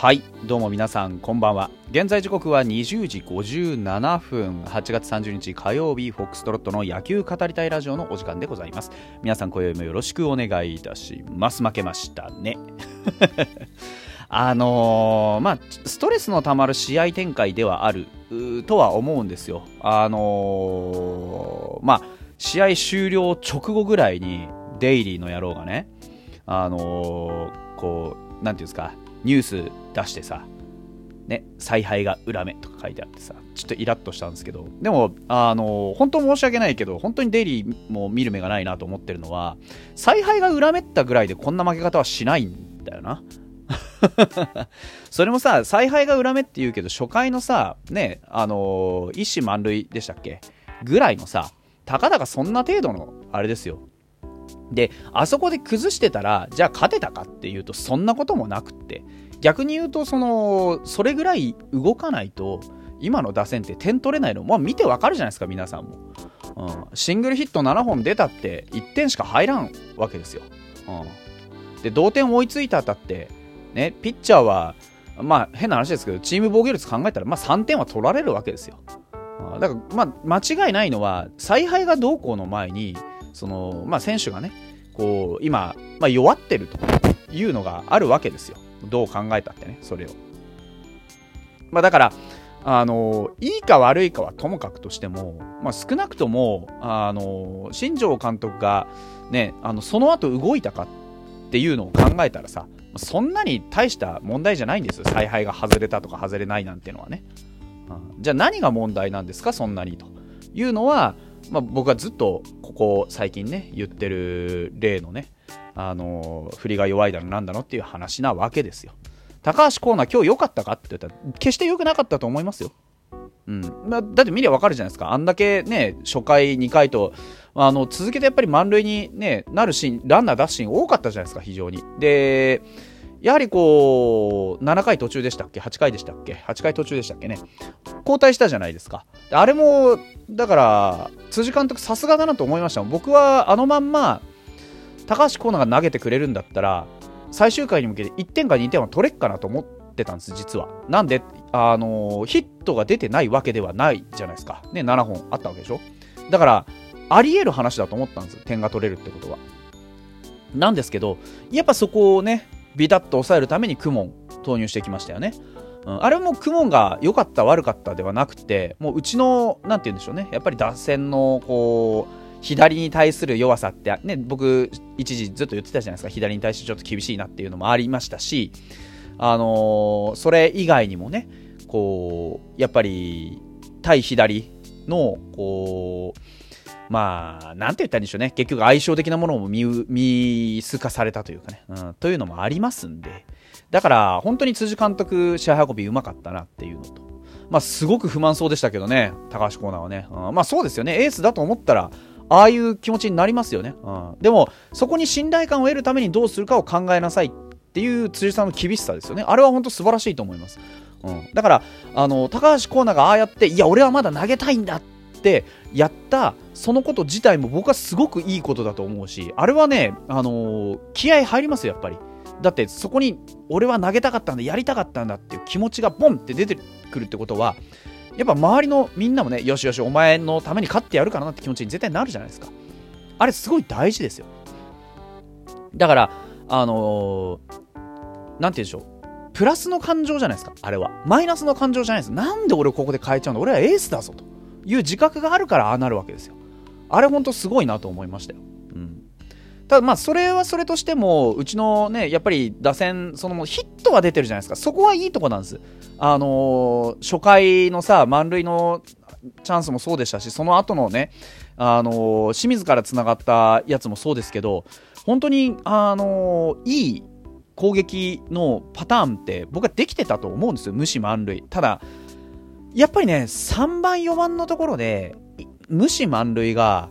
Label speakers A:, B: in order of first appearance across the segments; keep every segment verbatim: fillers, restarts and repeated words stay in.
A: はい、どうも皆さんこんばんは。現在時刻はにじゅうじごじゅうななふん、はちがつさんじゅうにち火曜日、フォックストロットの野球語りたいラジオのお時間でございます。皆さん今宵もよろしくお願いいたします。負けましたねあのー、まあストレスのたまる試合展開ではあるとは思うんですよ。あのー、まあ試合終了直後ぐらいにデイリーの野郎がね、あのー、こうなんていうんですか、ニュース出してさ、ね、采配が裏目とか書いてあってさ、ちょっとイラッとしたんですけど、でも、あの、本当申し訳ないけど、本当にデイリーも見る目がないなと思ってるのは、采配が裏目ったぐらいでこんな負け方はしないんだよな。それもさ、采配が裏目って言うけど、初回のさ、ね、あの、一死満塁でしたっけぐらいのさ、たかだかそんな程度の、あれですよ。で、あそこで崩してたら、じゃあ勝てたかっていうと、そんなこともなくって、逆に言うと、その、それぐらい動かないと、今の打線って点取れないの、まあ見てわかるじゃないですか、皆さんも。うん、シングルヒットななほん出たって、いってんしか入らんわけですよ。うん、で、同点追いついたあたって、ね、ピッチャーは、まあ変な話ですけど、チーム防御率考えたら、まあさんてんは取られるわけですよ。だから、まあ間違いないのは、采配がどうこうの前に、そのまあ、選手がねこう今、まあ、弱ってるというのがあるわけですよ。どう考えたってね、それを、まあ、だからあのいいか悪いかはともかくとしても、まあ、少なくともあの新庄監督がね、あのその後動いたかっていうのを考えたらさ、そんなに大した問題じゃないんですよ。采配が外れたとか外れないなんていうのはね、うん、じゃあ何が問題なんですかそんなにというのは、まあ、僕はずっとここ最近ね言ってる例のね、あのー、振りが弱いだのなんだのっていう話なわけですよ。高橋光成今日良かったかって言ったら決して良くなかったと思いますよ。うんまあ、だって見りゃ分かるじゃないですか。あんだけね初回にかいとあの続けてやっぱり満塁に、ね、なるシーン、ランナー出すシーン多かったじゃないですか。非常に。でやはりこうななかい途中でしたっけはちかいでしたっけはちかい途中でしたっけね、交代したじゃないですか。あれもだから辻監督さすがだなと思いました。僕はあのまんま高橋光成が投げてくれるんだったら最終回に向けていってんかにてんは取れっかなと思ってたんです。実はなんであのヒットが出てないわけではないじゃないですかね。ななほんあったわけでしょ。だからあり得る話だと思ったんです。点が取れるってことはなんですけど、やっぱそこをねビタッと抑えるためにクモン投入してきましたよね。うん、あれもクモンが良かった悪かったではなくて、もううちのなんて言うんでしょうね、やっぱり打線のこう左に対する弱さってね、僕一時ずっと言ってたじゃないですか。左に対してちょっと厳しいなっていうのもありましたし、あのー、それ以外にもね、こうやっぱり対左のこうまあなんて言ったらいいんでしょうね、結局相性的なものも 見, 見透かされたというかね、うん、というのもありますんで、だから本当に辻監督試合運びうまかったなっていうのと、まあすごく不満そうでしたけどね、高橋光成はね、うん、まあそうですよね、エースだと思ったらああいう気持ちになりますよね、うん、でもそこに信頼感を得るためにどうするかを考えなさいっていう辻さんの厳しさですよね。あれは本当素晴らしいと思います。うん、だからあの高橋光成がああやっていや俺はまだ投げたいんだってやったそのこと自体も僕はすごくいいことだと思うし、あれはね、あのー、気合入りますよやっぱり。だってそこに俺は投げたかったんだやりたかったんだっていう気持ちがボンって出てくるってことは、やっぱ周りのみんなもね、よしよしお前のために勝ってやるからなって気持ちに絶対なるじゃないですか。あれすごい大事ですよ。だからあのー、なんて言うんでしょう、プラスの感情じゃないですか。あれはマイナスの感情じゃないです。なんで俺ここで変えちゃうの、俺はエースだぞという自覚があるからああなるわけですよ。あれ本当すごいなと思いましたよ。うん、ただまあそれはそれとしてもうちのねやっぱり打線そのヒットは出てるじゃないですか。そこはいいとこなんです。あのー、初回のさ満塁のチャンスもそうでしたし、その後のねあのー、清水からつながったやつもそうですけど、本当にあのー、いい攻撃のパターンって僕はできてたと思うんですよ。無視満塁。ただやっぱりねさんばんよんばんのところで無視満塁が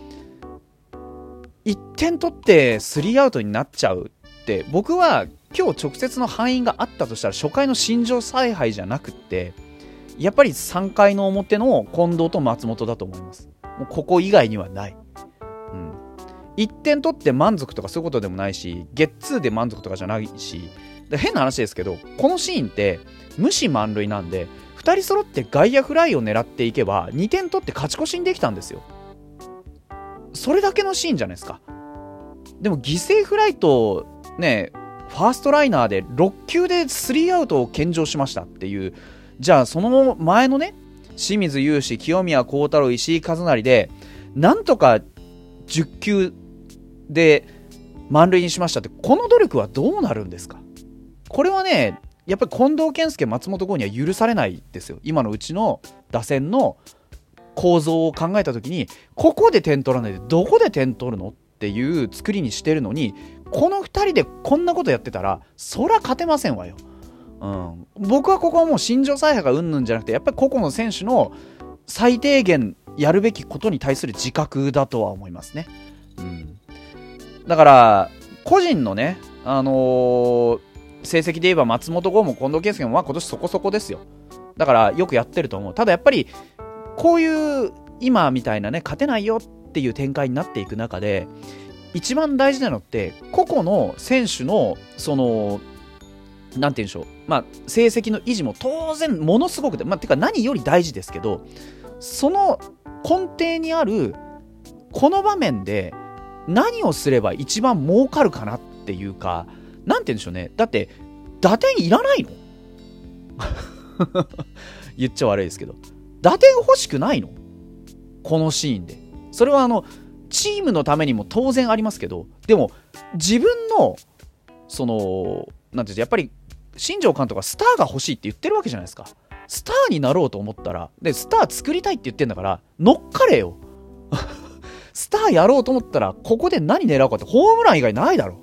A: いってん取ってスリーアウトになっちゃうって、僕は今日直接の敗因があったとしたら初回の新庄采配じゃなくってやっぱりさんかいの表の近藤と松本だと思います。もうここ以外にはない、うん、 いってん取って満足とかそういうことでもないし、ゲッツーで満足とかじゃないし、で変な話ですけど、このシーンって無視満塁なんで、ふたり揃って外野フライを狙っていけばにてん取って勝ち越しにできたんですよ。それだけのシーンじゃないですか。でも犠牲フライとね、ファーストライナーでろっ球でスリーアウトを献上しましたっていう。じゃあその前のね、清水雄志、清宮幸太郎、石井一成でなんとかじゅっ球で満塁にしましたって、この努力はどうなるんですか。これはね、やっぱり近藤健介、松本剛には許されないですよ。今のうちの打線の構造を考えたときに、ここで点取らないでどこで点取るのっていう作りにしてるのに、このふたりでこんなことやってたらそら勝てませんわよ。うん、僕はここはもう新庄采配がうんぬんじゃなくて、やっぱり個々の選手の最低限やるべきことに対する自覚だとは思いますね。うん、だから個人のね、あのー、成績で言えば松本剛も近藤健介もまあ今年そこそこですよ。だからよくやってると思う。ただやっぱりこういう今みたいなね、勝てないよっていう展開になっていく中で、一番大事なのって個々の選手のそのなんて言うんでしょう、まあ成績の維持も当然ものすごく、まあてか何より大事ですけど、その根底にあるこの場面で何をすれば一番儲かるかなっていうか、なんて言うんでしょうね。だって打点いらないの言っちゃ悪いですけど、打点欲しくないのこのシーンで。それはあのチームのためにも当然ありますけど、でも自分のそのなんていうんですか、やっぱり新庄監督はスターが欲しいって言ってるわけじゃないですか。スターになろうと思ったら、でスター作りたいって言ってんだから乗っかれよスターやろうと思ったらここで何狙うかって、ホームラン以外ないだろ。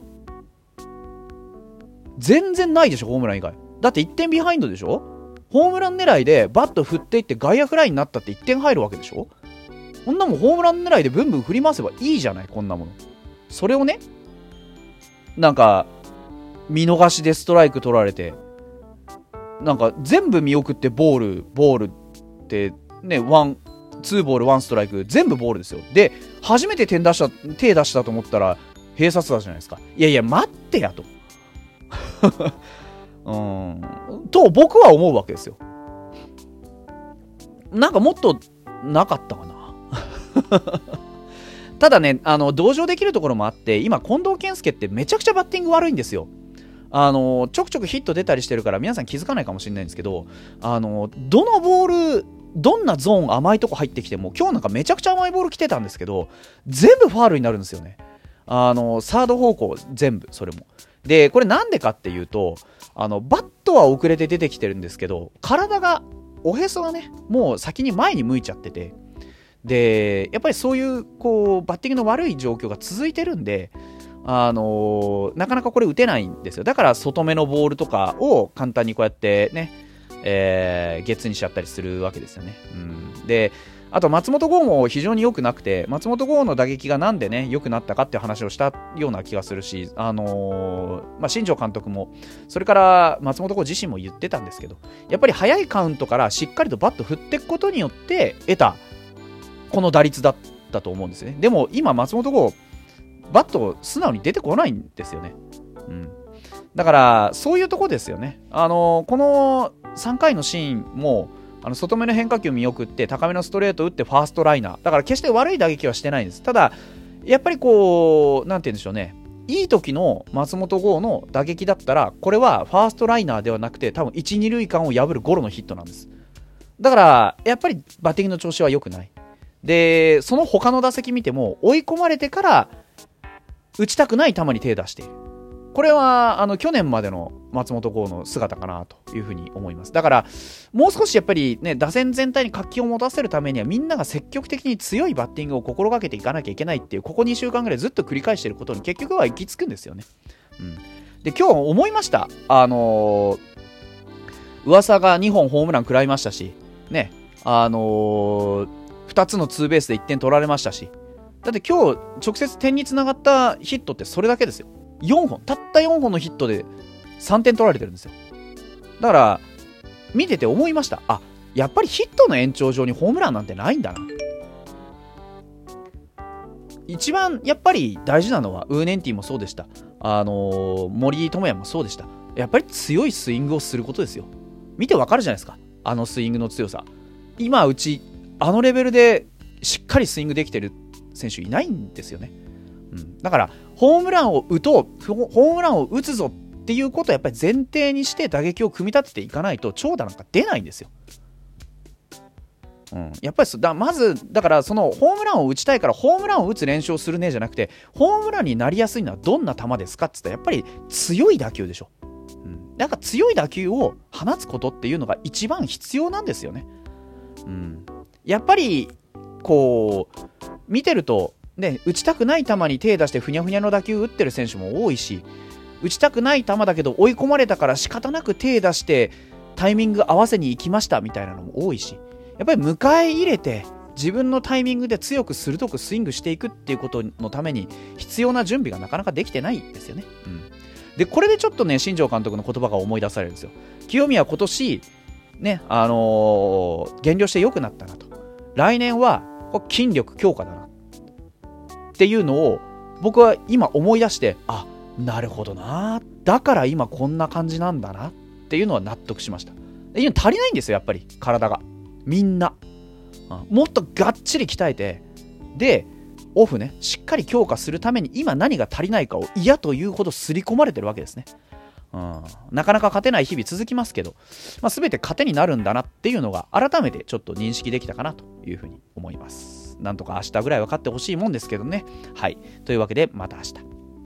A: 全然ないでしょ、ホームラン以外。だっていってんビハインドでしょ。ホームラン狙いでバット振っていって外野フライになったっていってん入るわけでしょ。こんなもんホームラン狙いでブンブン振り回せばいいじゃない、こんなもの。それをね、なんか見逃しでストライク取られて、なんか全部見送ってボールボールってね、ワンツーボールワンストライク全部ボールですよ。で初めて点出した手出したと思ったら併殺打じゃないですか。いやいや待ってやとうーんと僕は思うわけですよ。なんかもっとなかったかなただね、あの同情できるところもあって、今近藤健介ってめちゃくちゃバッティング悪いんですよ。あのちょくちょくヒット出たりしてるから皆さん気づかないかもしれないんですけど、あのどのボールどんなゾーン甘いとこ入ってきても、今日なんかめちゃくちゃ甘いボール来てたんですけど全部ファールになるんですよね。あのサード方向全部それも。でこれなんでかっていうと、あのバットは遅れて出てきてるんですけど、体がおへそがねもう先に前に向いちゃってて、でやっぱりそういうこうバッティングの悪い状況が続いてるんで、あのー、なかなかこれ打てないんですよ。だから外目のボールとかを簡単にこうやってね、えー、ゲッツーにしちゃったりするわけですよね。うん、であと松本剛も非常に良くなくて、松本剛の打撃がなんでね良くなったかっていう話をしたような気がするし、あのーまあ、新庄監督もそれから松本剛自身も言ってたんですけど、やっぱり早いカウントからしっかりとバット振っていくことによって得たこの打率だったと思うんですね。でも今松本剛バット素直に出てこないんですよね。うん、だからそういうとこですよね。あのー、このさんかいのシーンもあの外目の変化球見送って高めのストレート打ってファーストライナーだから決して悪い打撃はしてないんです。ただやっぱりこうなんて言うんでしょうね、いい時の松本剛の打撃だったらこれはファーストライナーではなくて多分いち、に塁間を破るゴロのヒットなんです。だからやっぱりバッティングの調子は良くない。でその他の打席見ても追い込まれてから打ちたくない球に手を出している。これはあの去年までの松本剛の姿かなというふうに思います。だからもう少しやっぱりね、打線全体に活気を持たせるためにはみんなが積極的に強いバッティングを心がけていかなきゃいけないっていう、ここにしゅうかんぐらいずっと繰り返していることに結局は行き着くんですよね。うん、で今日思いました。あのー、噂がにほんホームラン食らいましたしね、あのー、ふたつのツーベースでいってん取られましたし、だって今日直接点につながったヒットってそれだけですよ。よんほん、たったよんほんのヒットでさんてん取られてるんですよ。だから見てて思いました。あ、やっぱりヒットの延長上にホームランなんてないんだな。 一番やっぱり大事なのはウーネンティもそうでした、あのー、森友哉もそうでした。やっぱり強いスイングをすることですよ。見てわかるじゃないですか、あのスイングの強さ。今うちあのレベルでしっかりスイングできてる選手いないんですよね、うん、だからホームランを打とうホームランを打つぞっていうことをやっぱり前提にして打撃を組み立てていかないと長打なんか出ないんですよ。うん、やっぱりだまずだからそのホームランを打ちたいからホームランを打つ練習をするねじゃなくて、ホームランになりやすいのはどんな球ですかって言ったらやっぱり強い打球でしょ、うん、だから強い打球を放つことっていうのが一番必要なんですよね、うん、やっぱりこう見てると、ね、打ちたくない球に手出してふにゃふにゃの打球打ってる選手も多いし、打ちたくない球だけど追い込まれたから仕方なく手出してタイミング合わせに行きましたみたいなのも多いし、やっぱり迎え入れて自分のタイミングで強く鋭くスイングしていくっていうことのために必要な準備がなかなかできてないんですよね、うん、でこれでちょっとね新庄監督の言葉が思い出されるんですよ。清宮今年ねあのー、減量して良くなったなと、来年は筋力強化だなっていうのを僕は今思い出して、あ、なるほどな、だから今こんな感じなんだなっていうのは納得しました。足りないんですよやっぱり体がみんな、うん、もっとがっちり鍛えて、でオフねしっかり強化するために今何が足りないかを嫌というほど刷り込まれてるわけですね、うん、なかなか勝てない日々続きますけど、まあ、全て糧になるんだなっていうのが改めてちょっと認識できたかなというふうに思います。なんとか明日ぐらい分かってほしいもんですけどね。はい、というわけでまた明日。